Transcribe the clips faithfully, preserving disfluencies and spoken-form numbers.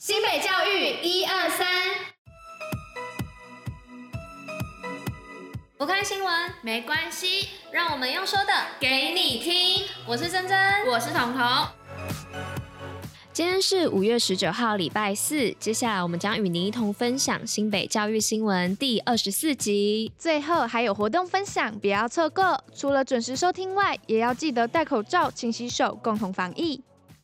新北教育一二三，不看新闻没关系，让我们用说的给你听。我是珍珍，我是彤彤。今天是五月十九号，礼拜四。接下来我们将与您一同分享新北教育新闻第二十四集。 最后还有活动分享，不要错过。除了准时收听外，也要记得戴口罩、勤洗手，共同防疫。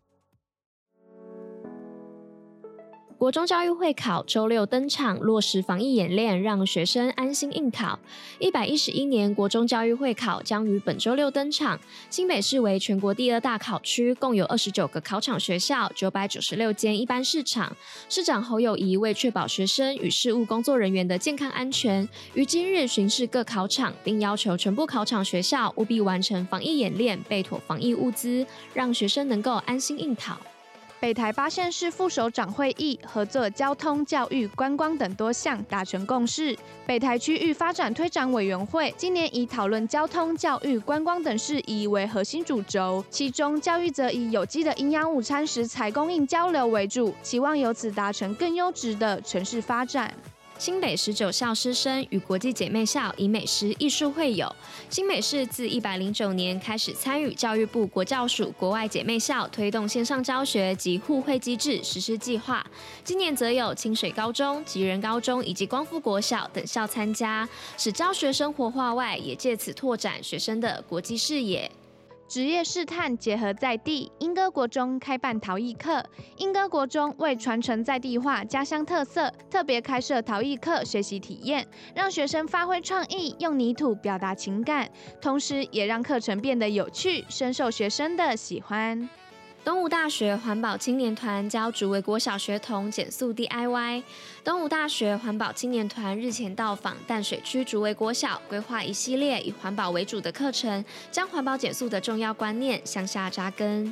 国中教育会考周六登场，落实防疫演练，让学生安心应考。一百一十一年国中教育会考将于本周六登场。新北市为全国第二大考区，共有二十九个考场学校，九百九十六间一般市场。市长侯友宜为确保学生与事务工作人员的健康安全，于今日巡视各考场，并要求全部考场学校务必完成防疫演练，备妥防疫物资，让学生能够安心应考。 北台八县市副首长会议合作交通、教育、观光等多项达成共识。北台区域发展推展委员会今年以讨论交通、教育、观光等事宜为核心主轴，其中教育则以有机的营养午餐食材供应交流为主，期望由此达成更优质的城市发展。 新北十九校师生与国际姐妹校以美食艺术会友。新北市自一百零九年开始参与教育部国教署国外姐妹校推动线上教学及互惠机制实施计划，今年则有清水高中、吉人高中以及光复国小等校参加，使教学生活化外，也借此拓展学生的国际视野。 职业试探结合在地，莺歌国中开办陶艺课。莺歌国中为传承在地化家乡特色，特别开设陶艺课学习体验，让学生发挥创意，用泥土表达情感，同时也让课程变得有趣，深受学生的喜欢。 东吴大学环保青年团教竹围国小学童减速 D I Y。东吴大学环保青年团日前到访淡水区竹围国小，规划一系列以环保为主的课程，将环保减速的重要观念向下扎根。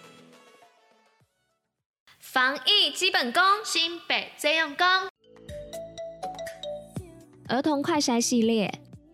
防疫基本功，新北最用功。儿童快筛系列。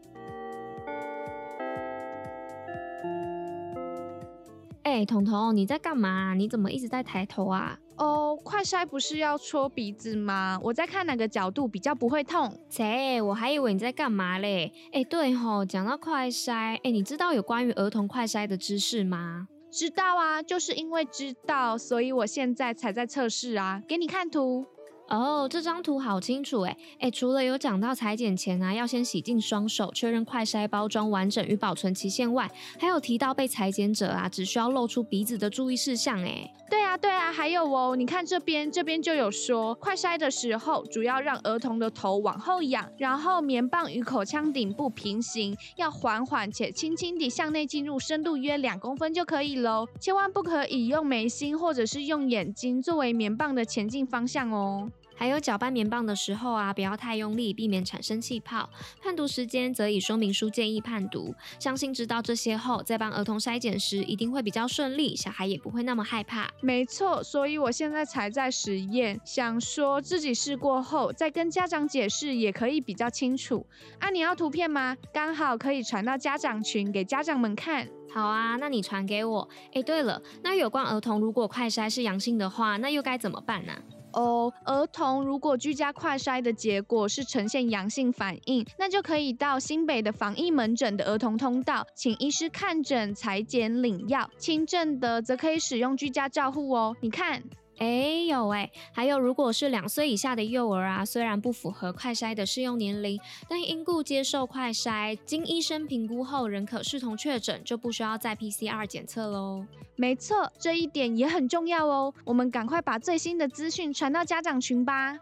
哎、欸，彤彤，你在干嘛？你怎么一直在抬头啊？ 哦，快筛不是要戳鼻子吗？我在看哪个角度比较不会痛。 切，我还以为你在干嘛嘞。哎、欸，对吼，讲到快筛，哎、欸，你知道有关于儿童快筛的知识吗？ 知道啊，就是因为知道，所以我现在才在测试啊。给你看图。 哦，这张图好清楚哎哎，除了有讲到采检前啊要先洗净双手，确认快筛包装完整与保存期限外，还有提到被采检者啊只需要露出鼻子的注意事项哎。 对啊对啊，还有哦，你看这边这边就有说，快筛的时候主要让儿童的头往后仰，然后棉棒与口腔顶部平行，要缓缓且轻轻地向内进入，深度约两公分就可以咯，千万不可以用眉心或者是用眼睛作为棉棒的前进方向哦。 还有搅拌棉棒的时候啊，不要太用力，避免产生气泡。判读时间则以说明书建议判读。相信知道这些后，在帮儿童筛检时一定会比较顺利，小孩也不会那么害怕。 没错，所以我现在才在实验，想说自己试过后再跟家长解释，也可以比较清楚。啊，你要图片吗？刚好可以传到家长群给家长们看。 好啊，那你传给我。哎，对了，那有关儿童如果快筛是阳性的话，那又该怎么办呢？ 哦，儿童如果居家快筛的结果是呈现阳性反应，那就可以到新北的防疫门诊的儿童通道，请医师看诊、采检、领药。轻症的则可以使用居家照护哦。你看。 哎，有哎，还有，如果是两岁以下的幼儿啊，虽然不符合快筛的适用年龄，但因故接受快筛，经医生评估后仍可视同确诊，就不需要再 P C R 检测喽。 没错，这一点也很重要哦。我们赶快把最新的资讯传到家长群吧。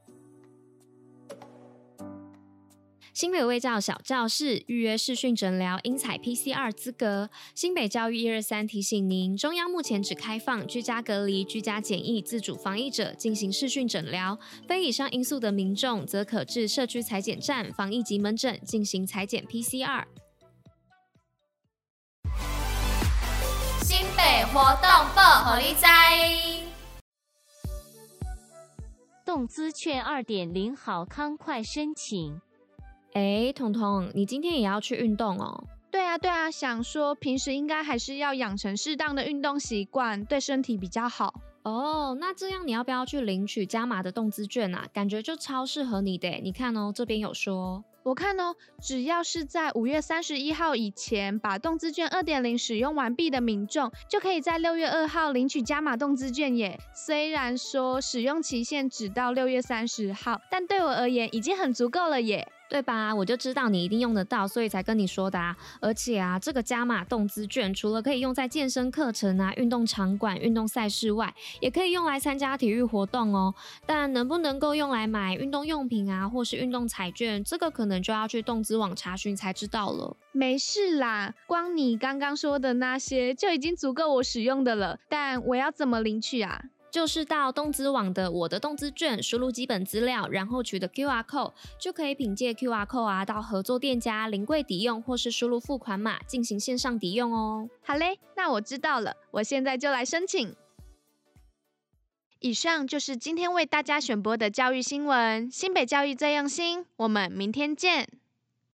新北卫教小教室预约视讯诊疗应采 P C R 资格。新北教育一二三提醒您，中央目前只开放居家隔离、居家检疫、自主防疫者进行视讯诊疗，非以上因素的民众则可至社区采检站、防疫急门诊进行采检 P C R。新北活动报虎哩知。 动资券 二点零 好康快申请。 哎，彤彤，你今天也要去运动哦？ 对啊，对啊，想说平时应该还是要养成适当的运动习惯，对身体比较好。 哦，那这样你要不要去领取加码的动资券啊？感觉就超适合你的耶。你看哦，这边有说。 我看哦，只要是在五月三十一号以前把动资券 二点零 使用完毕的民众，就可以在六月二号领取加码动资券耶。虽然说使用期限只到六月三十号，但对我而言已经很足够了耶。 对吧？我就知道你一定用得到，所以才跟你说的啊。而且啊，这个加码动资券除了可以用在健身课程啊、运动场馆、运动赛事外，也可以用来参加体育活动哦。但能不能够用来买运动用品啊，或是运动彩券，这个可能就要去动资网查询才知道了。 没事啦，光你刚刚说的那些就已经足够我使用的了。但我要怎么领取啊？ 就是到动资网的我的动资券，输入基本资料，然后取得 Q R code， 就可以凭借 Q R code 啊，到合作店家临柜抵用，或是输入付款码进行线上抵用哦。 好嘞，那我知道了，我现在就来申请。以上就是今天为大家选播的教育新闻，新北教育最用心，我们明天见。